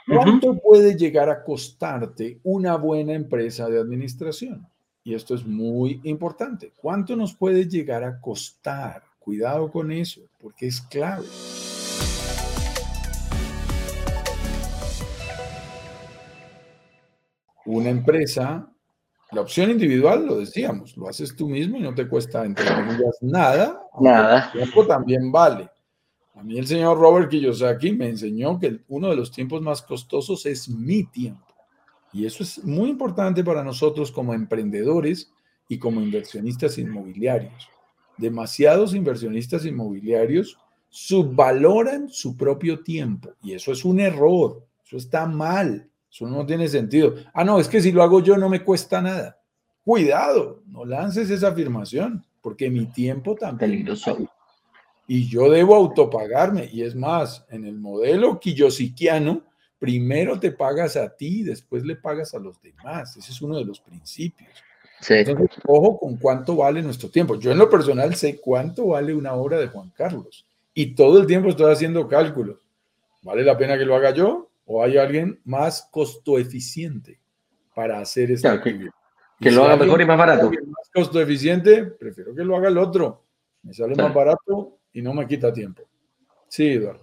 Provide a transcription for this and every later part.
¿Cuánto puede llegar a costarte una buena empresa de administración? Y esto es muy importante. ¿Cuánto nos puede llegar a costar? Cuidado con eso, porque es clave. Una empresa, la opción individual, lo decíamos, lo haces tú mismo y no te cuesta, entre comillas, nada, aunque el Nada. tiempo también vale. A mí el señor Robert Kiyosaki me enseñó que uno de los tiempos más costosos es mi tiempo. Y eso es muy importante para nosotros como emprendedores y como inversionistas inmobiliarios. Demasiados inversionistas inmobiliarios subvaloran su propio tiempo y eso es un error, eso está mal, eso no tiene sentido. Ah, no, es que si lo hago yo no me cuesta nada. Cuidado, no lances esa afirmación porque mi tiempo también Peligroso. vale y yo debo autopagarme. Y es más, en el modelo kiyosikiano, primero te pagas a ti y después le pagas a los demás. Ese es uno de los principios. Sí. Entonces, ojo con cuánto vale nuestro tiempo. Yo en lo personal sé cuánto vale una hora de Juan Carlos y todo el tiempo estoy haciendo cálculos. ¿Vale la pena que lo haga yo o hay alguien más costo eficiente para hacer esta Claro, actividad? que Y lo si haga mejor alguien y más barato. es más costo eficiente, prefiero que lo haga el otro. Me sale más Claro. barato y no me quita tiempo. Sí, Eduardo.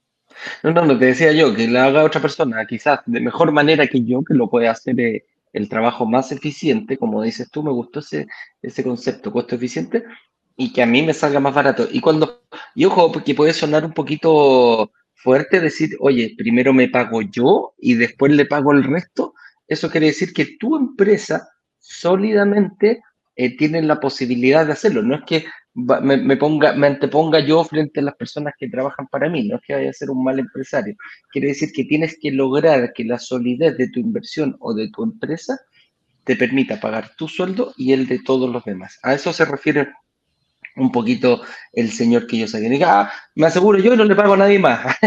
No, te decía yo, que lo haga otra persona, quizás de mejor manera que yo, que lo puede hacer el trabajo más eficiente, como dices tú, me gustó ese concepto, costo eficiente, y que a mí me salga más barato. Y ojo, porque puede sonar un poquito fuerte decir, oye, primero me pago yo y después le pago el resto. Eso quiere decir que tu empresa sólidamente tiene la posibilidad de hacerlo. No es que me anteponga yo frente a las personas que trabajan para mí, no es que vaya a ser un mal empresario. Quiere decir que tienes que lograr que la solidez de tu inversión o de tu empresa te permita pagar tu sueldo y el de todos los demás. A eso se refiere un poquito el señor que yo saqué. Diga, me aseguro yo y no le pago a nadie más.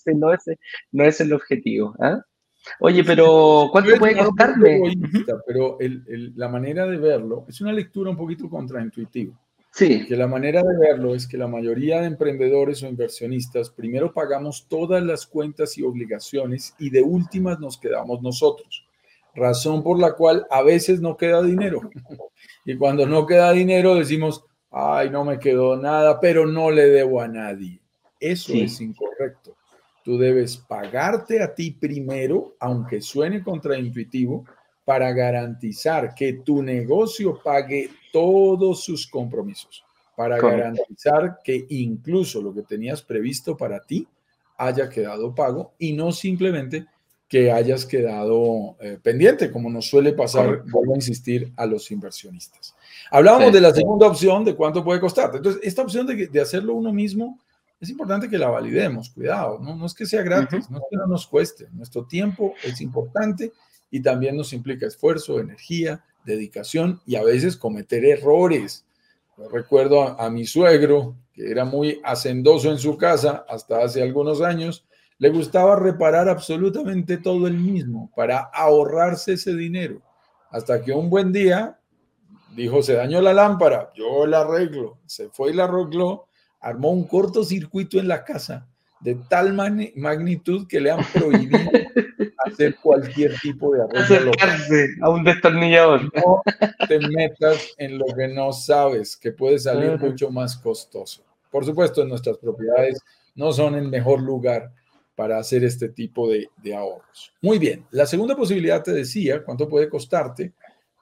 No es el objetivo. ¿Ah? Oye, pero ¿cuánto Puede puede sonar un poquito costarme? egoísta, pero la manera de verlo es una lectura un poquito contraintuitiva. Sí, Porque la manera de verlo es que la mayoría de emprendedores o inversionistas primero pagamos todas las cuentas y obligaciones y de últimas nos quedamos nosotros. Razón por la cual a veces no queda dinero. Y cuando no queda dinero decimos, ay, no me quedó nada, pero no le debo a nadie. Eso es sí, incorrecto. Tú debes pagarte a ti primero, aunque suene contraintuitivo, para garantizar que tu negocio pague todos sus compromisos, para correcto. garantizar que incluso lo que tenías previsto para ti haya quedado pago y no simplemente que hayas quedado pendiente, como nos suele pasar, Correcto. vuelvo a insistir, a los inversionistas. Hablábamos Sí. de la segunda opción, de cuánto puede costar. Entonces, esta opción de hacerlo uno mismo, es importante que la validemos, cuidado, ¿no? No es que sea gratis, no es que no nos cueste. Nuestro tiempo es importante y también nos implica esfuerzo, energía, dedicación y a veces cometer errores. Yo recuerdo a mi suegro, que era muy hacendoso en su casa hasta hace algunos años, le gustaba reparar absolutamente todo él mismo para ahorrarse ese dinero. Hasta que un buen día dijo, se dañó la lámpara, yo la arreglo. Se fue y la arregló, armó un cortocircuito en la casa de tal magnitud que le han prohibido hacer cualquier tipo de arreglo local. Acercarse a un destornillador. No te metas en lo que no sabes, que puede salir Claro. mucho más costoso. Por supuesto, nuestras propiedades no son el mejor lugar para hacer este tipo de ahorros. Muy bien, la segunda posibilidad te decía, ¿cuánto puede costarte?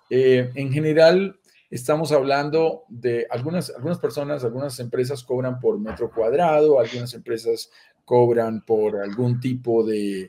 En general, estamos hablando de algunas personas, algunas empresas cobran por metro cuadrado, algunas empresas cobran por algún tipo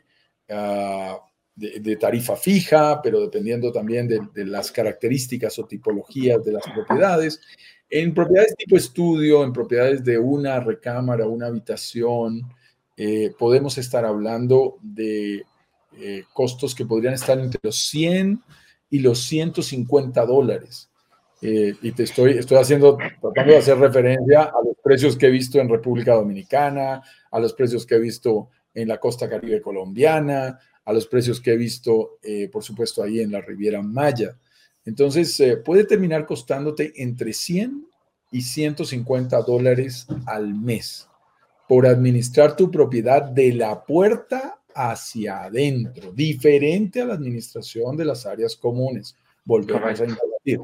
de tarifa fija, pero dependiendo también de las características o tipologías de las propiedades. En propiedades tipo estudio, en propiedades de una recámara, una habitación, podemos estar hablando de costos que podrían estar entre los 100 y los $150. Y estoy tratando de hacer referencia a los precios que he visto en República Dominicana, a los precios que he visto en la costa caribe colombiana, a los precios que he visto, por supuesto, ahí en la Riviera Maya. Entonces, puede terminar costándote entre 100 y $150 al mes por administrar tu propiedad de la puerta hacia adentro, diferente a la administración de las áreas comunes. Volvemos a invertir.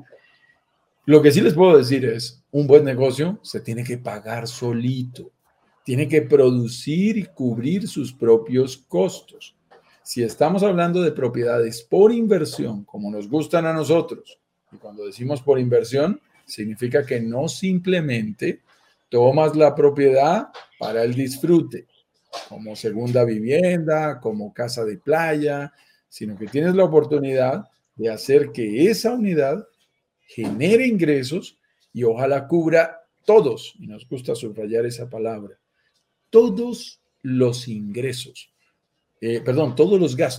Lo que sí les puedo decir es, un buen negocio se tiene que pagar solito, tiene que producir y cubrir sus propios costos. Si estamos hablando de propiedades por inversión, como nos gustan a nosotros, y cuando decimos por inversión, significa que no simplemente tomas la propiedad para el disfrute, como segunda vivienda, como casa de playa, sino que tienes la oportunidad de hacer que esa unidad genere ingresos y ojalá cubra todos, y nos gusta subrayar esa palabra, todos los ingresos, todos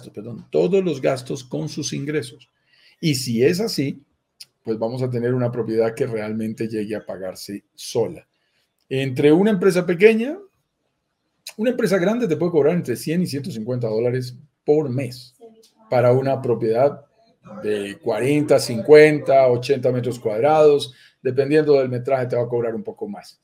los gastos con sus ingresos. Y si es así, pues vamos a tener una propiedad que realmente llegue a pagarse sola. Entre una empresa pequeña, una empresa grande te puede cobrar entre 100 y 150 dólares por mes para una propiedad de 40, 50, 80 metros cuadrados. Dependiendo del metraje te va a cobrar un poco más.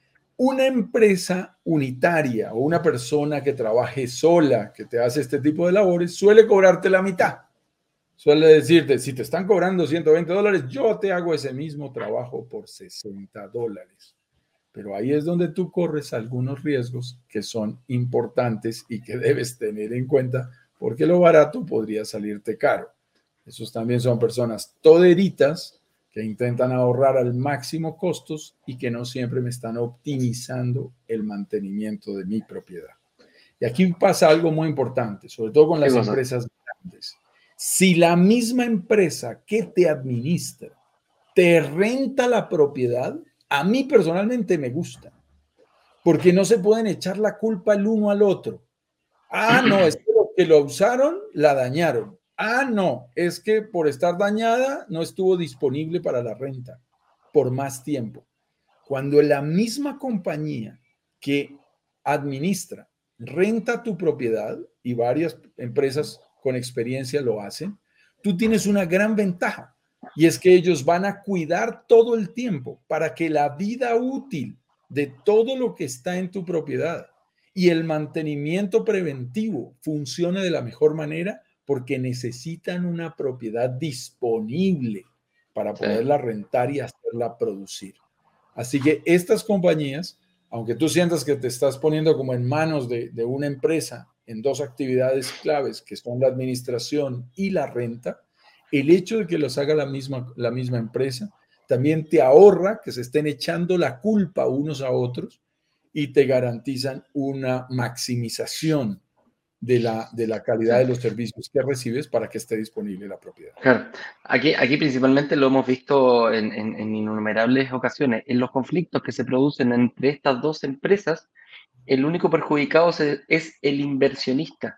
Una empresa unitaria o una persona que trabaje sola, que te hace este tipo de labores, suele cobrarte la mitad. Suele decirte, si te están cobrando 120 dólares, yo te hago ese mismo trabajo por 60 dólares. Pero ahí es donde tú corres algunos riesgos que son importantes y que debes tener en cuenta porque lo barato podría salirte caro. Esos también son personas toderitas que intentan ahorrar al máximo costos y que no siempre me están optimizando el mantenimiento de mi propiedad. Y aquí pasa algo muy importante, sobre todo con las empresas grandes. Si la misma empresa que te administra te renta la propiedad, a mí personalmente me gusta, porque no se pueden echar la culpa el uno al otro. Ah, no, es que los que lo usaron la dañaron. Ah, no, es que por estar dañada no estuvo disponible para la renta por más tiempo. Cuando la misma compañía que administra renta tu propiedad, y varias empresas con experiencia lo hacen, tú tienes una gran ventaja. Y es que ellos van a cuidar todo el tiempo para que la vida útil de todo lo que está en tu propiedad y el mantenimiento preventivo funcione de la mejor manera porque necesitan una propiedad disponible para poderla rentar y hacerla producir. Así que estas compañías, aunque tú sientas que te estás poniendo como en manos de una empresa en dos actividades claves que son la administración y la renta, el hecho de que los haga la misma empresa también te ahorra que se estén echando la culpa unos a otros y te garantizan una maximización de la calidad de los servicios que recibes para que esté disponible la propiedad. Claro, aquí principalmente lo hemos visto en innumerables ocasiones. En los conflictos que se producen entre estas dos empresas, el único perjudicado es el inversionista.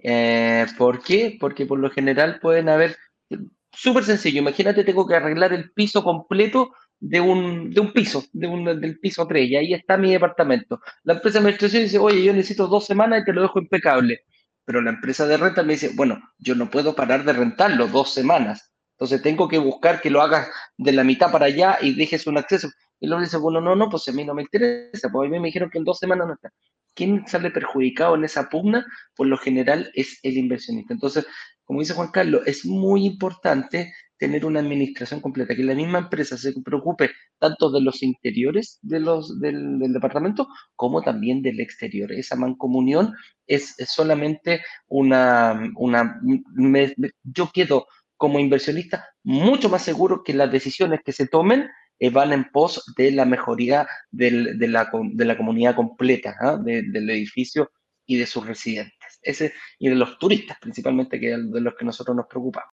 ¿Por qué? Porque por lo general pueden haber, súper sencillo, imagínate, tengo que arreglar el piso completo de un piso, del piso 3, y ahí está mi departamento. La empresa de administración dice, oye, yo necesito 2 semanas y te lo dejo impecable. Pero la empresa de renta me dice, bueno, yo no puedo parar de rentarlo 2 semanas. Entonces tengo que buscar que lo hagas de la mitad para allá y dejes un acceso. Y luego dice, bueno, no, pues a mí no me interesa, pues a mí me dijeron que en 2 semanas no está. ¿Quién sale perjudicado en esa pugna? Por lo general es el inversionista. Entonces, como dice Juan Carlos, es muy importante tener una administración completa, que la misma empresa se preocupe tanto de los interiores del departamento como también del exterior. Esa mancomunión es solamente yo quedo como inversionista mucho más seguro que las decisiones que se tomen van en pos de la mejoría de la comunidad completa, del edificio y de sus residentes. Y de los turistas principalmente, que es de los que nosotros nos preocupamos.